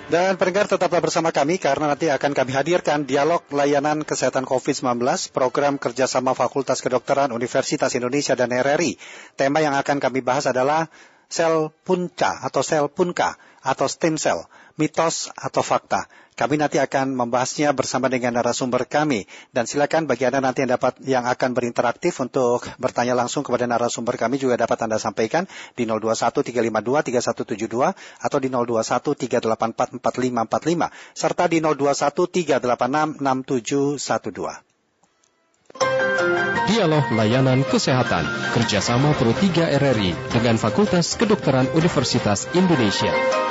Dan pendengar tetaplah bersama kami karena nanti akan kami hadirkan dialog layanan kesehatan COVID-19 program kerjasama Fakultas Kedokteran Universitas Indonesia dan RRI. Tema yang akan kami bahas adalah sel punca atau sel punca atau stem cell, mitos atau fakta. Kami nanti akan membahasnya bersama dengan narasumber kami. Dan silakan bagi Anda nanti yang akan berinteraktif untuk bertanya langsung kepada narasumber kami juga dapat Anda sampaikan di 0213523172 atau di 0213844545 serta di 0213866712. Dialog Layanan Kesehatan kerjasama Pro 3 RRI dengan Fakultas Kedokteran Universitas Indonesia.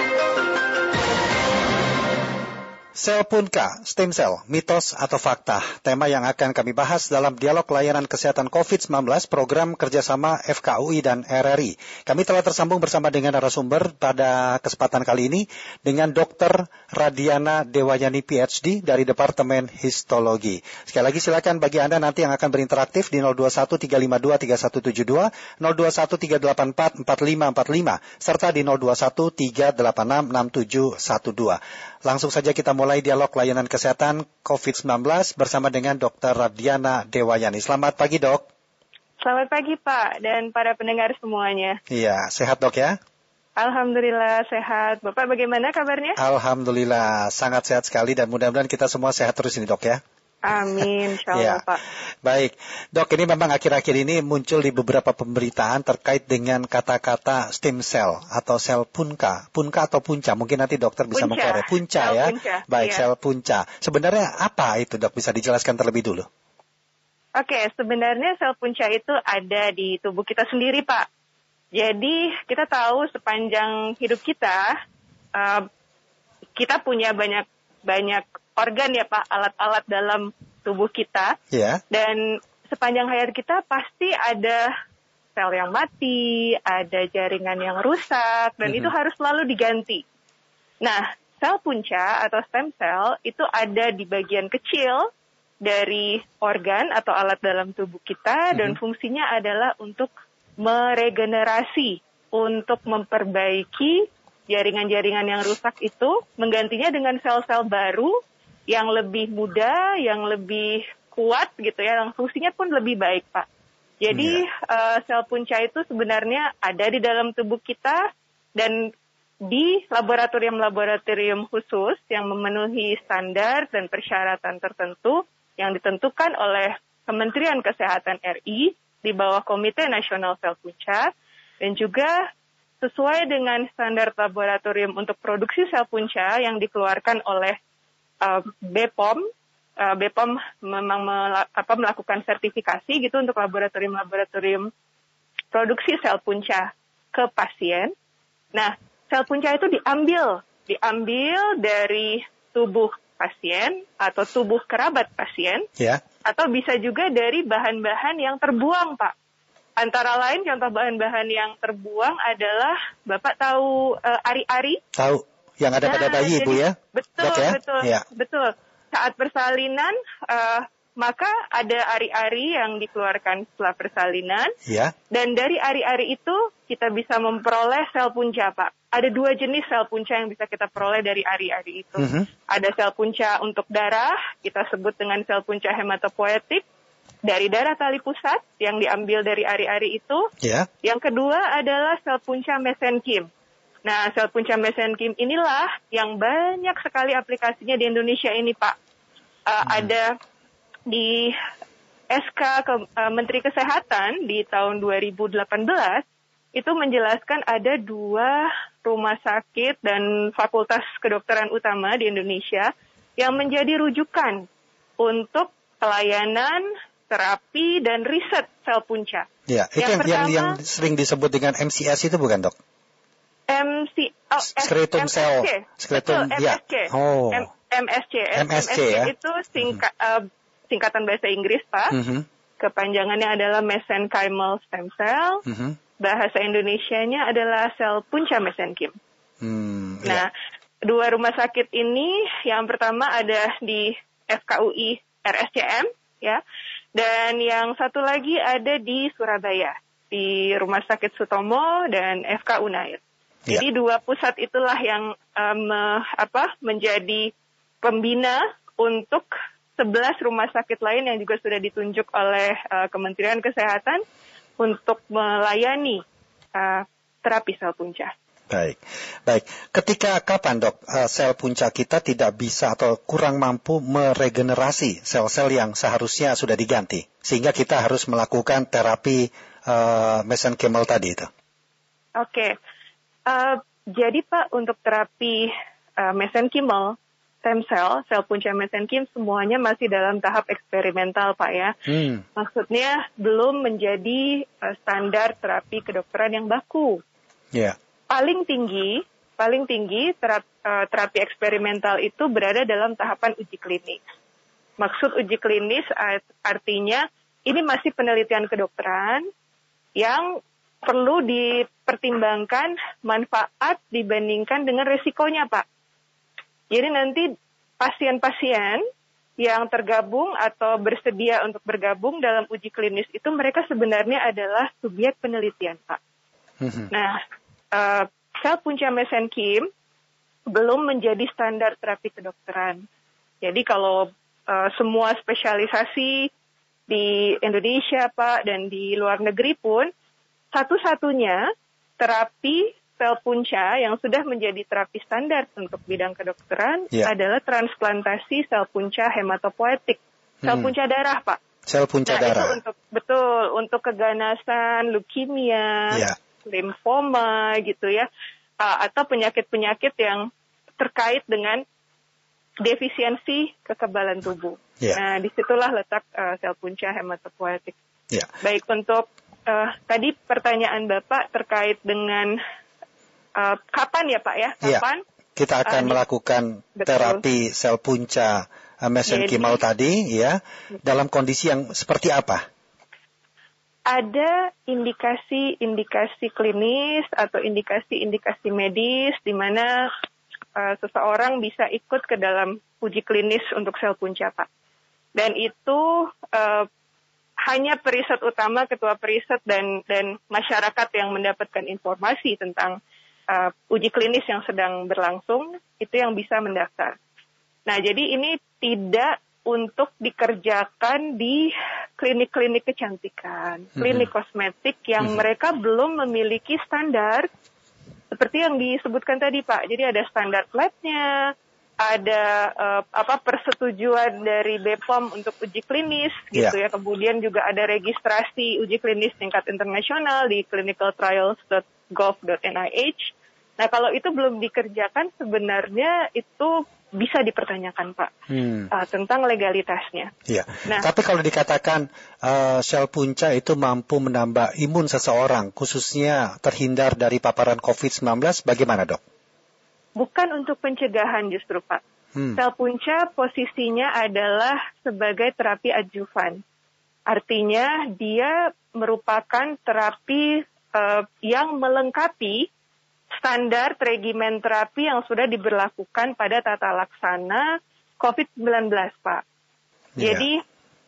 Sel punca, stem cell, mitos atau fakta, tema yang akan kami bahas dalam dialog layanan kesehatan COVID-19 program kerjasama FKUI dan RRI. Kami telah tersambung bersama dengan narasumber pada kesempatan kali ini dengan Dr. Radiana Dewayani PhD dari Departemen Histologi. Sekali lagi silakan bagi Anda nanti yang akan berinteraktif di 0213523172, 0213844545, serta di 0213866712. Langsung saja kita mulai dialog layanan kesehatan COVID-19 bersama dengan Dr. Radiana Dewayani. Selamat pagi, Dok. Selamat pagi, Pak, dan para pendengar semuanya. Iya, sehat, Dok, ya? Alhamdulillah, sehat. Bapak bagaimana kabarnya? Alhamdulillah, sangat sehat sekali dan mudah-mudahan kita semua sehat terus ini, Dok, ya? Amin, insya Allah, ya. Pak. Baik, Dok, ini memang akhir-akhir ini muncul di beberapa pemberitaan terkait dengan kata-kata stem cell atau sel punca atau punca. Mungkin nanti dokter bisa mengkorek. Punca ya. Punca. Baik, Iya. sel punca. Sebenarnya apa itu, Dok? Bisa dijelaskan terlebih dulu? Oke, sebenarnya sel punca itu ada di tubuh kita sendiri, Pak. Jadi kita tahu sepanjang hidup kita, kita punya banyak organ ya, Pak, alat-alat dalam tubuh kita. Yeah. Dan sepanjang hayat kita pasti ada sel yang mati, ada jaringan yang rusak, dan itu harus selalu diganti. Nah, sel punca atau stem cell itu ada di bagian kecil dari organ atau alat dalam tubuh kita, dan fungsinya adalah untuk meregenerasi, untuk memperbaiki jaringan-jaringan yang rusak itu, menggantinya dengan sel-sel baru yang lebih muda, yang lebih kuat gitu ya, yang fungsinya pun lebih baik, Pak. Jadi sel punca itu sebenarnya ada di dalam tubuh kita dan di laboratorium-laboratorium khusus yang memenuhi standar dan persyaratan tertentu yang ditentukan oleh Kementerian Kesehatan RI di bawah Komite Nasional Sel Punca dan juga sesuai dengan standar laboratorium untuk produksi sel punca yang dikeluarkan oleh BPOM. BPOM memang melakukan sertifikasi gitu untuk laboratorium-laboratorium produksi sel punca ke pasien. Nah, sel punca itu diambil dari tubuh pasien atau tubuh kerabat pasien, atau bisa juga dari bahan-bahan yang terbuang, Pak. Antara lain contoh bahan-bahan yang terbuang adalah, Bapak tahu ari-ari? Tahu. Yang ada pada bayi, Bu, ya? Betul, Dok, ya? Betul. Saat persalinan, maka ada ari-ari yang dikeluarkan setelah persalinan. Ya. Dan dari ari-ari itu, kita bisa memperoleh sel punca, Pak. Ada 2 jenis sel punca yang bisa kita peroleh dari ari-ari itu. Ada sel punca untuk darah, kita sebut dengan sel punca hematopoietik, dari darah tali pusat yang diambil dari ari-ari itu. Yeah. Yang kedua adalah sel punca mesenkim. Nah, sel punca mesenkim inilah yang banyak sekali aplikasinya di Indonesia ini, Pak. Ada di SK Menteri Kesehatan di tahun 2018, itu menjelaskan ada 2 rumah sakit dan fakultas kedokteran utama di Indonesia yang menjadi rujukan untuk pelayanan, terapi, dan riset sel punca. Ya, itu yang sering disebut dengan MCS itu bukan, Dok? Skeleton cell. Skeleton, MSC. Oh. MSC ya. Itu singkatan bahasa Inggris, Pak. Kepanjangannya adalah mesenchymal stem cell. Bahasa Indonesianya adalah sel punca mesenkim. Nah, 2 rumah sakit ini, yang pertama ada di FKUI RSCM, ya. Dan yang satu lagi ada di Surabaya, di Rumah Sakit Sutomo dan FK Unair. Jadi dua pusat itulah yang menjadi pembina untuk 11 rumah sakit lain yang juga sudah ditunjuk oleh Kementerian Kesehatan untuk melayani terapi sel punca. Baik. Ketika kapan, Dok, sel punca kita tidak bisa atau kurang mampu meregenerasi sel-sel yang seharusnya sudah diganti, sehingga kita harus melakukan terapi mesenchymal tadi itu? Oke. Jadi Pak, untuk terapi mesenchymal, stem sel punca mesenchymal semuanya masih dalam tahap eksperimental, Pak ya. Maksudnya belum menjadi standar terapi kedokteran yang baku. Yeah. Paling tinggi terapi eksperimental itu berada dalam tahapan uji klinis. Maksud uji klinis artinya ini masih penelitian kedokteran yang perlu dipertimbangkan manfaat dibandingkan dengan resikonya, Pak. Jadi nanti pasien-pasien yang tergabung atau bersedia untuk bergabung dalam uji klinis itu mereka sebenarnya adalah subjek penelitian, Pak. Nah, sel punca mesenchymal belum menjadi standar terapi kedokteran. Jadi kalau semua spesialisasi di Indonesia, Pak, dan di luar negeri pun, satu-satunya terapi sel punca yang sudah menjadi terapi standar untuk bidang kedokteran adalah transplantasi sel punca hematopoietik, sel punca darah, Pak. Sel punca darah. Itu untuk keganasan, leukemia, limfoma gitu ya, atau penyakit-penyakit yang terkait dengan defisiensi kekebalan tubuh. Nah, disitulah letak sel punca hematopoietik. Baik, untuk tadi pertanyaan Bapak terkait dengan kapan ya Pak ya? Kapan? Kita akan melakukan terapi sel punca mesenchymal tadi ya. Dalam kondisi yang seperti apa? Ada indikasi-indikasi klinis atau indikasi-indikasi medis di mana seseorang bisa ikut ke dalam uji klinis untuk sel punca, Pak. Dan itu hanya periset utama, ketua periset dan masyarakat yang mendapatkan informasi tentang uji klinis yang sedang berlangsung, itu yang bisa mendaftar. Nah, jadi ini tidak untuk dikerjakan di klinik-klinik kecantikan, klinik kosmetik yang mereka belum memiliki standar seperti yang disebutkan tadi, Pak. Jadi ada standar lab-nya, ada persetujuan dari BPOM untuk uji klinis gitu ya. Kemudian juga ada registrasi uji klinis tingkat internasional di clinicaltrials.gov.nih. Nah, kalau itu belum dikerjakan sebenarnya itu bisa dipertanyakan, Pak, tentang legalitasnya. Nah, tapi kalau dikatakan sel punca itu mampu menambah imun seseorang, khususnya terhindar dari paparan COVID-19, bagaimana, Dok? Bukan untuk pencegahan justru, Pak. Sel punca posisinya adalah sebagai terapi adjuvan. Artinya dia merupakan terapi yang melengkapi standar regimen terapi yang sudah diberlakukan pada tata laksana COVID-19, Pak. Jadi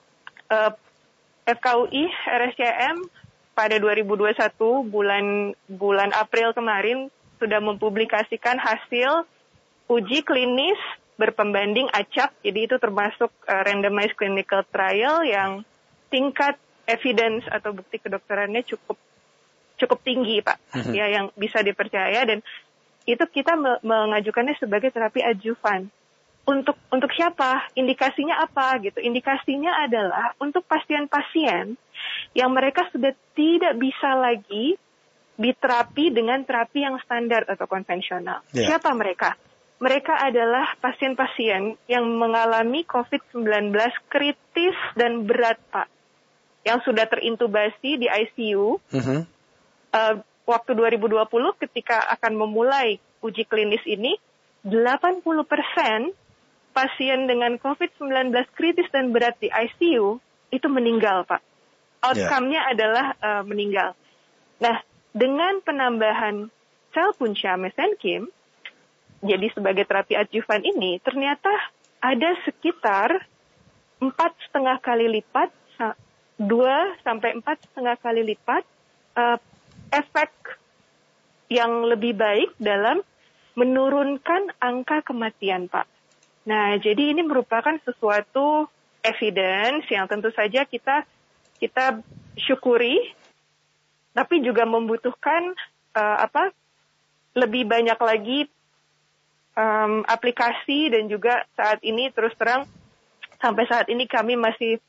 FKUI RSCM pada 2021 bulan April kemarin sudah mempublikasikan hasil uji klinis berpembanding acak. Jadi itu termasuk randomized clinical trial yang tingkat evidence atau bukti kedokterannya cukup tinggi, Pak, ya, yang bisa dipercaya, dan itu kita mengajukannya sebagai terapi adjuvan. Untuk siapa? Indikasinya apa gitu? Indikasinya adalah untuk pasien-pasien yang mereka sudah tidak bisa lagi diterapi dengan terapi yang standar atau konvensional. Siapa mereka? Mereka adalah pasien-pasien yang mengalami COVID-19 kritis dan berat, Pak, yang sudah terintubasi di ICU. Waktu 2020 ketika akan memulai uji klinis ini, 80% pasien dengan COVID-19 kritis dan berat di ICU itu meninggal, Pak. Outcome-nya adalah meninggal. Nah, dengan penambahan sel punca mesenchymal, jadi sebagai terapi adjuvan ini, ternyata ada sekitar 4,5 kali lipat, 2 sampai 4,5 kali lipat efek yang lebih baik dalam menurunkan angka kematian, Pak. Nah, jadi ini merupakan sesuatu evidence yang tentu saja kita syukuri, tapi juga membutuhkan lebih banyak lagi aplikasi, dan juga saat ini terus terang sampai saat ini kami masih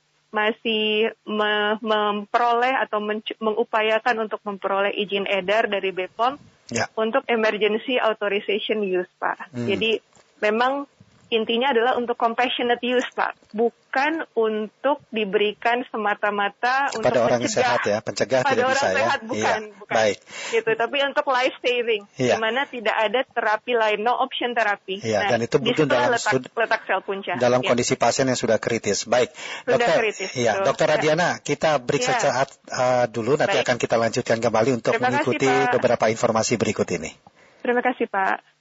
memperoleh atau mengupayakan untuk memperoleh izin edar dari BPOM untuk emergency authorization use, Pak. Jadi memang intinya adalah untuk compassionate use, Pak, bukan untuk diberikan semata-mata untuk pada orang sehat ya, pencegah pada tidak orang bisa sehat, ya. bukan. Baik. Gitu, tapi untuk life saving, di mana tidak ada terapi lain, no option terapi. Iya, dan itu butuh letak sel punca. Dalam kondisi pasien yang sudah kritis. Baik, Dokter Radiana, kita break sesaat dulu, nanti akan kita lanjutkan kembali untuk mengikuti beberapa informasi berikut ini. Terima kasih, Pak.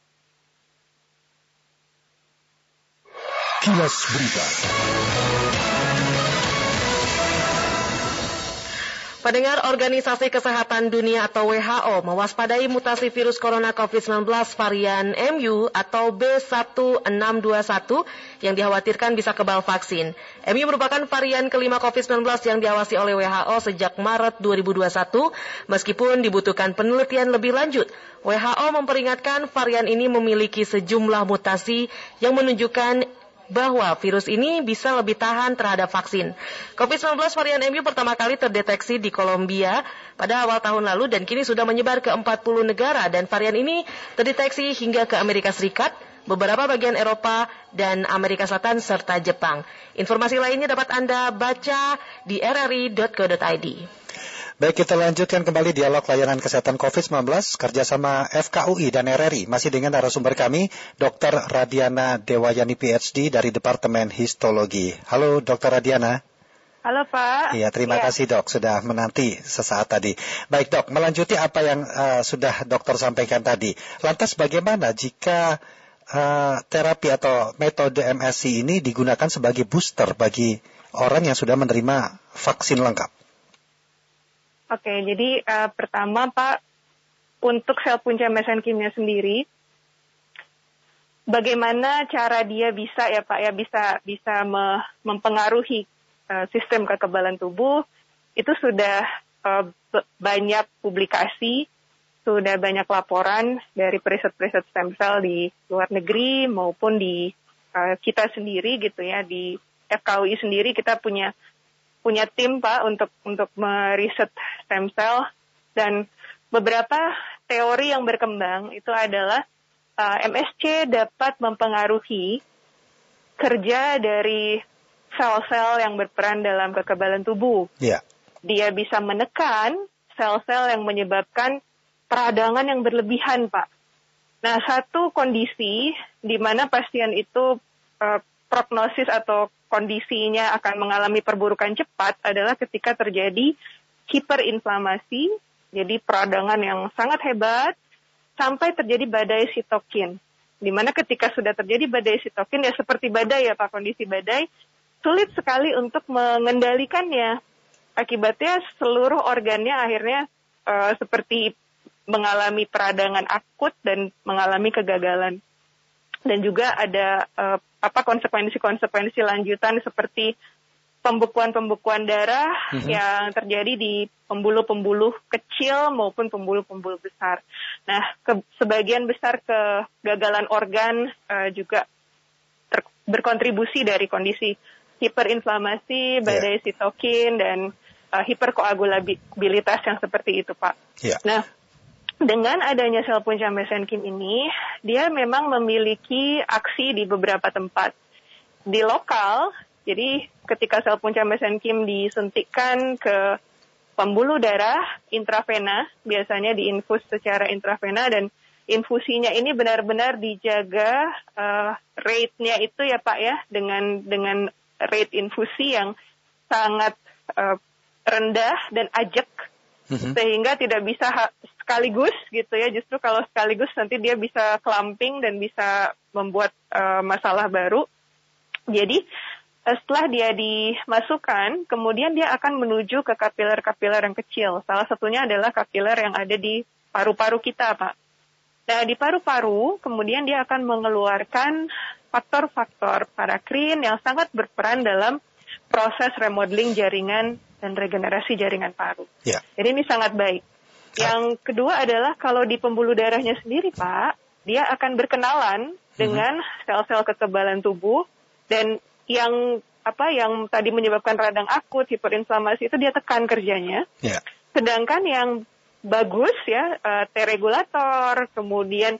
Kilas Berita. Pendengar, Organisasi Kesehatan Dunia atau WHO mewaspadai mutasi virus corona COVID-19 varian MU atau B1621 yang dikhawatirkan bisa kebal vaksin. MU merupakan varian kelima COVID-19 yang diawasi oleh WHO sejak Maret 2021, meskipun dibutuhkan penelitian lebih lanjut. WHO memperingatkan varian ini memiliki sejumlah mutasi yang menunjukkan bahwa virus ini bisa lebih tahan terhadap vaksin. COVID-19 varian MU pertama kali terdeteksi di Kolombia pada awal tahun lalu dan kini sudah menyebar ke 40 negara, dan varian ini terdeteksi hingga ke Amerika Serikat, beberapa bagian Eropa, dan Amerika Selatan serta Jepang. Informasi lainnya dapat Anda baca di rri.co.id. Baik, kita lanjutkan kembali dialog layanan kesehatan COVID-19 kerjasama FKUI dan RRI. Masih dengan narasumber kami, Dr. Radiana Dewayani PhD dari Departemen Histologi. Halo Dr. Radiana. Halo Pak. Iya, terima kasih Dok sudah menanti sesaat tadi. Baik Dok, melanjuti apa yang sudah dokter sampaikan tadi. Lantas bagaimana jika terapi atau metode MSC ini digunakan sebagai booster bagi orang yang sudah menerima vaksin lengkap? Oke, jadi pertama Pak, untuk sel punca mesenkimnya sendiri, bagaimana cara dia bisa ya Pak ya bisa mempengaruhi sistem kekebalan tubuh, itu sudah banyak publikasi, sudah banyak laporan dari periset-periset stem cell di luar negeri maupun di kita sendiri gitu ya, di FKUI sendiri kita punya tim Pak untuk meriset stem cell, dan beberapa teori yang berkembang itu adalah MSC dapat mempengaruhi kerja dari sel-sel yang berperan dalam kekebalan tubuh. Yeah. Dia bisa menekan sel-sel yang menyebabkan peradangan yang berlebihan, Pak. Nah, satu kondisi di mana pasien itu prognosis atau kondisinya akan mengalami perburukan cepat adalah ketika terjadi hiperinflamasi, jadi peradangan yang sangat hebat, sampai terjadi badai sitokin. Di mana ketika sudah terjadi badai sitokin, ya seperti badai ya Pak, kondisi badai, sulit sekali untuk mengendalikannya. Akibatnya seluruh organnya akhirnya seperti mengalami peradangan akut dan mengalami kegagalan. Dan juga ada konsekuensi-konsekuensi lanjutan seperti pembekuan darah yang terjadi di pembuluh-pembuluh kecil maupun pembuluh-pembuluh besar. Nah, sebagian besar kegagalan organ juga berkontribusi dari kondisi hiperinflamasi, badai sitokin, dan hiperkoagulabilitas yang seperti itu, Pak. Yeah. Nah, dengan adanya sel punca mesenkim ini, dia memang memiliki aksi di beberapa tempat. Di lokal, jadi ketika sel punca mesenkim disuntikkan ke pembuluh darah intravena, biasanya diinfus secara intravena, dan infusinya ini benar-benar dijaga rate-nya itu ya Pak ya, dengan rate infusi yang sangat rendah dan ajak, sehingga tidak bisa sekaligus gitu ya. Justru kalau sekaligus nanti dia bisa clumping dan bisa membuat masalah baru. Jadi setelah dia dimasukkan, kemudian dia akan menuju ke kapiler-kapiler yang kecil. Salah satunya adalah kapiler yang ada di paru-paru kita, Pak. Nah, di paru-paru kemudian dia akan mengeluarkan faktor-faktor parakrin yang sangat berperan dalam proses remodeling jaringan dan regenerasi jaringan paru. Ya. Jadi ini sangat baik. Yang kedua adalah kalau di pembuluh darahnya sendiri, Pak, dia akan berkenalan dengan sel-sel kekebalan tubuh, dan yang tadi menyebabkan radang akut, hiperinflamasi itu dia tekan kerjanya. Ya. Sedangkan yang bagus ya, T-regulator, kemudian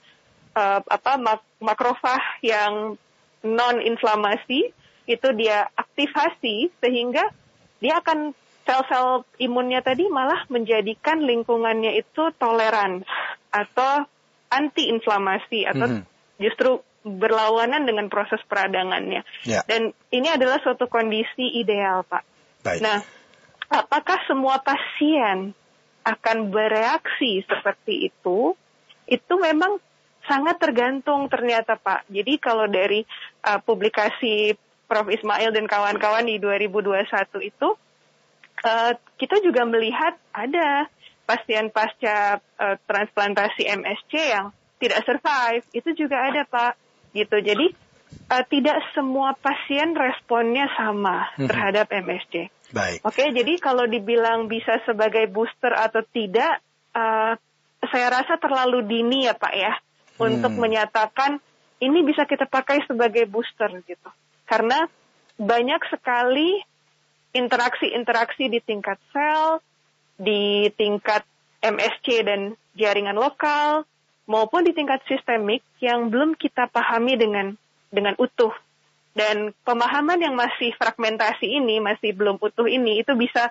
makrofag yang non-inflamasi itu dia aktivasi sehingga dia akan sel-sel imunnya tadi malah menjadikan lingkungannya itu toleran atau anti-inflamasi atau justru berlawanan dengan proses peradangannya. Ya. Dan ini adalah suatu kondisi ideal, Pak. Baik. Nah, apakah semua pasien akan bereaksi seperti itu? Itu memang sangat tergantung ternyata, Pak. Jadi kalau dari publikasi Prof. Ismail dan kawan-kawan di 2021 itu, kita juga melihat ada pasien pasca transplantasi MSC yang tidak survive. Itu juga ada, Pak. Gitu. Jadi tidak semua pasien responnya sama terhadap MSC. Baik. Oke, jadi kalau dibilang bisa sebagai booster atau tidak, saya rasa terlalu dini ya, Pak ya, untuk menyatakan ini bisa kita pakai sebagai booster gitu. Karena banyak sekali interaksi-interaksi di tingkat sel, di tingkat MSC dan jaringan lokal, maupun di tingkat sistemik yang belum kita pahami dengan utuh. Dan pemahaman yang masih fragmentasi ini, masih belum utuh ini, itu bisa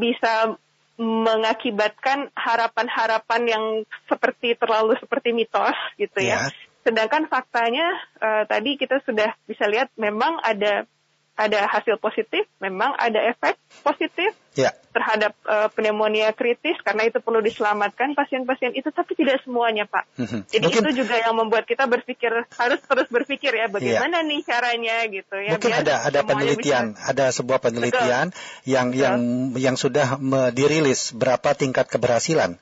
mengakibatkan harapan-harapan yang terlalu seperti mitos gitu ya. Sedangkan faktanya tadi kita sudah bisa lihat memang ada hasil positif, memang ada efek positif terhadap pneumonia kritis, karena itu perlu diselamatkan pasien-pasien itu, tapi tidak semuanya, Pak. Jadi mungkin itu juga yang membuat kita harus terus berpikir ya, bagaimana nih caranya gitu ya. Mungkin ada penelitian, ada sebuah penelitian yang sudah dirilis berapa tingkat keberhasilan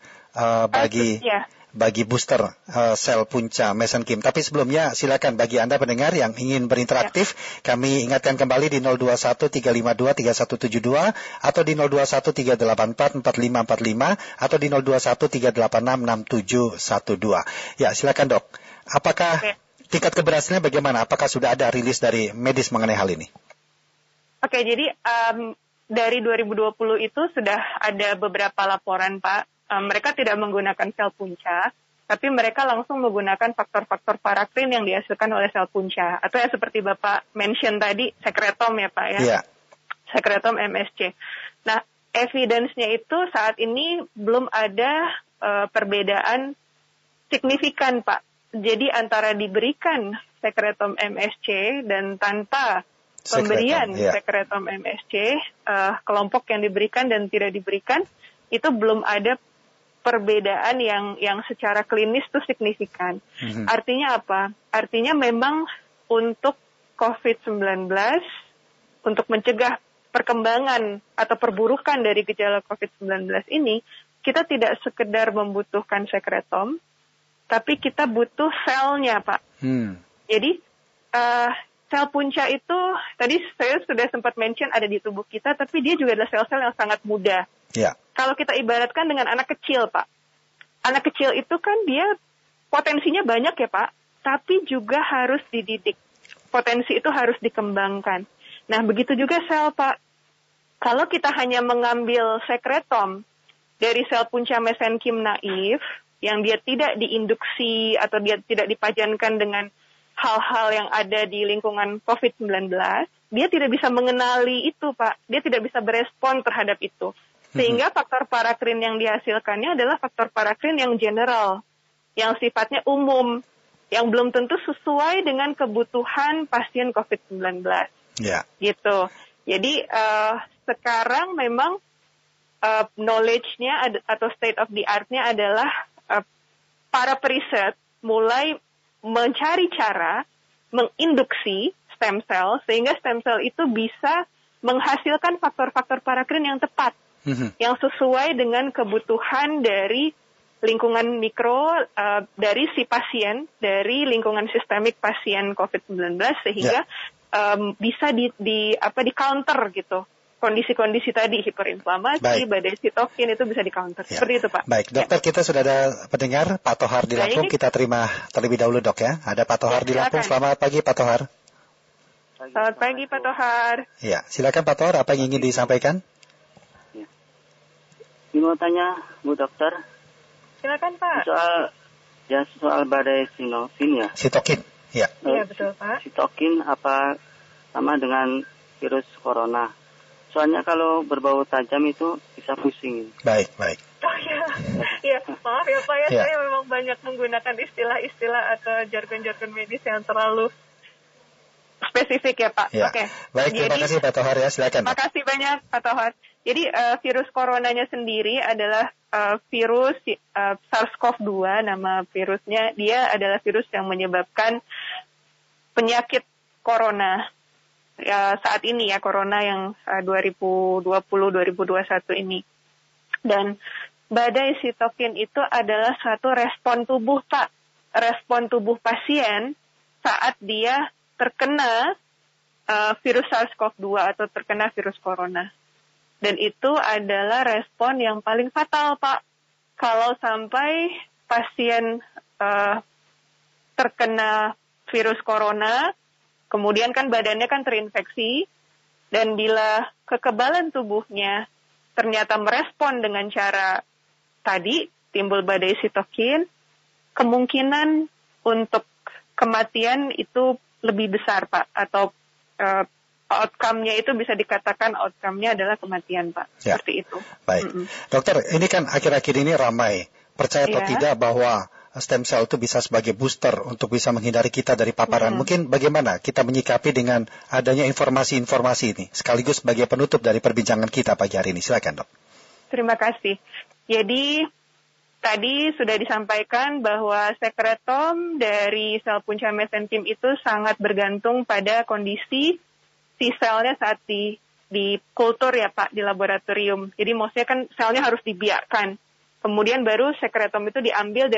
bagi booster sel punca mesenkim. Tapi sebelumnya silakan bagi Anda pendengar yang ingin berinteraktif, kami ingatkan kembali di 0213523172 atau di 0213844545 atau di 0213866712. Ya, silakan, Dok. Apakah tingkat keberhasilannya bagaimana? Apakah sudah ada rilis dari medis mengenai hal ini? Oke, jadi dari 2020 itu sudah ada beberapa laporan, Pak. Mereka tidak menggunakan sel punca, tapi mereka langsung menggunakan faktor-faktor parakrin yang dihasilkan oleh sel punca. Atau ya seperti Bapak mention tadi, sekretom ya Pak ya. Yeah. Sekretom MSC. Nah, evidence-nya itu saat ini belum ada perbedaan signifikan, Pak. Jadi antara diberikan sekretom MSC dan tanpa pemberian sekretom MSC, kelompok yang diberikan dan tidak diberikan, itu belum ada perbedaan yang secara klinis itu signifikan. Artinya apa? Artinya memang untuk COVID-19, untuk mencegah perkembangan atau perburukan dari gejala COVID-19 ini, kita tidak sekedar membutuhkan sekretom, tapi kita butuh selnya, Pak. Jadi, sel punca itu, tadi saya sudah sempat mention ada di tubuh kita, tapi dia juga adalah sel-sel yang sangat muda. Kalau kita ibaratkan dengan anak kecil, Pak. Anak kecil itu kan dia potensinya banyak ya, Pak, tapi juga harus dididik. Potensi itu harus dikembangkan. Nah, begitu juga sel, Pak. Kalau kita hanya mengambil sekretom dari sel punca mesenkim naif, yang dia tidak diinduksi atau dia tidak dipajankan dengan hal-hal yang ada di lingkungan COVID-19, dia tidak bisa mengenali itu, Pak. Dia tidak bisa berespon terhadap itu. Sehingga faktor parakrin yang dihasilkannya adalah faktor parakrin yang general, yang sifatnya umum, yang belum tentu sesuai dengan kebutuhan pasien COVID-19. Gitu. Jadi sekarang memang knowledge-nya atau state of the art-nya adalah para periset mulai mencari cara menginduksi stem cell sehingga stem cell itu bisa menghasilkan faktor-faktor parakrin yang tepat, yang sesuai dengan kebutuhan dari lingkungan mikro dari si pasien, dari lingkungan sistemik pasien COVID-19 sehingga bisa di counter gitu. Kondisi-kondisi tadi, hiperinflamasi, badai sitokin itu bisa di-counter. Seperti itu, Pak. Baik, dokter, kita sudah ada pendengar, Pak Tohar di Lampung. Kita terima terlebih dahulu, dok ya. Ada Pak Tohar di Lampung. Selamat pagi, Pak Tohar. Selamat pagi, Pak Tohar. Ya, silakan Pak Tohar, apa yang ingin disampaikan? Ya. Ini mau tanya, Bu Dokter. Silakan, Pak. Soal badai sitokin ya. Sitokin, ya. Iya, betul, Pak. Sitokin apa sama dengan virus corona? Soalnya kalau berbau tajam itu bisa pusing. Baik. Oh ya, maaf ya Pak ya, saya memang banyak menggunakan istilah-istilah atau jargon-jargon medis yang terlalu spesifik ya Pak. Ya. Oke. Baik, terima kasih Pak Tohar ya, silakan. Terima kasih banyak Pak Tohar. Jadi virus coronanya sendiri adalah virus SARS-CoV-2, nama virusnya. Dia adalah virus yang menyebabkan penyakit corona. Ya, saat ini ya, corona yang 2020-2021 ini. Dan badai sitokin itu adalah suatu respon tubuh, Pak. Respon tubuh pasien saat dia terkena virus SARS-CoV-2 atau terkena virus corona. Dan itu adalah respon yang paling fatal, Pak. Kalau sampai pasien terkena virus corona, kemudian kan badannya kan terinfeksi, dan bila kekebalan tubuhnya ternyata merespon dengan cara tadi, timbul badai sitokin, kemungkinan untuk kematian itu lebih besar, Pak. Atau outcome-nya itu bisa dikatakan outcome-nya adalah kematian, Pak. Ya. Seperti itu. Baik. Dokter, ini kan akhir-akhir ini ramai. Percaya atau tidak bahwa stem cell itu bisa sebagai booster untuk bisa menghindari kita dari paparan. Mungkin bagaimana kita menyikapi dengan adanya informasi-informasi ini, sekaligus sebagai penutup dari perbincangan kita pagi hari ini. Silakan, Dok. Terima kasih. Jadi, tadi sudah disampaikan bahwa sekretom dari sel punca mesenkim itu sangat bergantung pada kondisi si selnya saat di kultur ya Pak, di laboratorium. Jadi maksudnya kan selnya harus dibiarkan. Kemudian baru sekretom itu diambil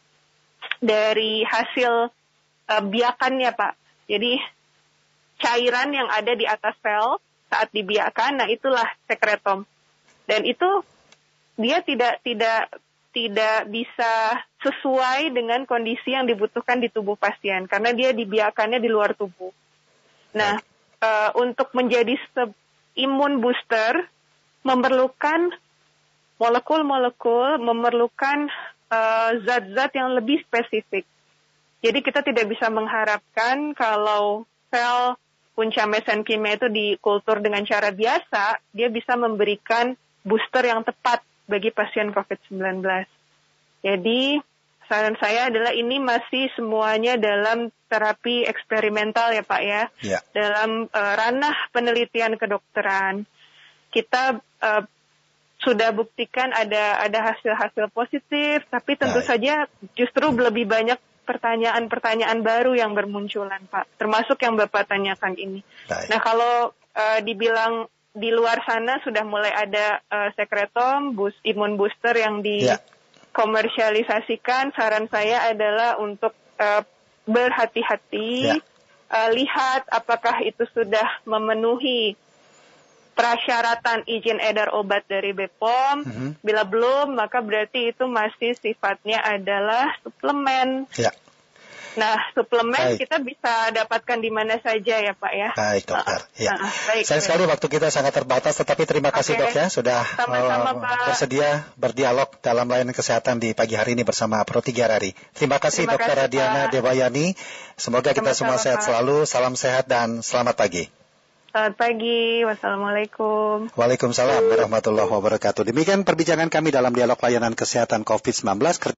dari hasil biakannya, Pak. Jadi cairan yang ada di atas sel saat dibiakan, nah itulah sekretom. Dan itu dia tidak bisa sesuai dengan kondisi yang dibutuhkan di tubuh pasien karena dia dibiakannya di luar tubuh. Nah, untuk menjadi imun booster memerlukan molekul-molekul, memerlukan zat-zat yang lebih spesifik. Jadi kita tidak bisa mengharapkan kalau sel punca mesenkimia itu dikultur dengan cara biasa, dia bisa memberikan booster yang tepat bagi pasien COVID-19. Jadi saran saya adalah ini masih semuanya dalam terapi eksperimental ya Pak ya. Dalam ranah penelitian kedokteran. Kita sudah buktikan ada hasil-hasil positif, tapi tentu saja justru lebih banyak pertanyaan-pertanyaan baru yang bermunculan, Pak. Termasuk yang Bapak tanyakan ini. Nah, kalau dibilang di luar sana sudah mulai ada sekretom, imun booster yang dikomersialisasikan, saran saya adalah untuk berhati-hati, lihat apakah itu sudah memenuhi prasyaratan izin edar obat dari BPOM. Bila belum, maka berarti itu masih sifatnya adalah suplemen. Nah, suplemen kita bisa dapatkan di mana saja ya Pak ya. Baik dokter. Sayang sekali waktu kita sangat terbatas, tetapi terima kasih dok ya sudah bersedia berdialog dalam layanan kesehatan di pagi hari ini bersama Pro 3 RRI. Terima kasih Dr. Radiana Dewayani. Semoga kita semua sehat selalu. Salam sehat dan selamat pagi. Selamat pagi, wassalamualaikum. Waalaikumsalam warahmatullahi wabarakatuh. Demikian perbincangan kami dalam dialog layanan kesehatan COVID-19.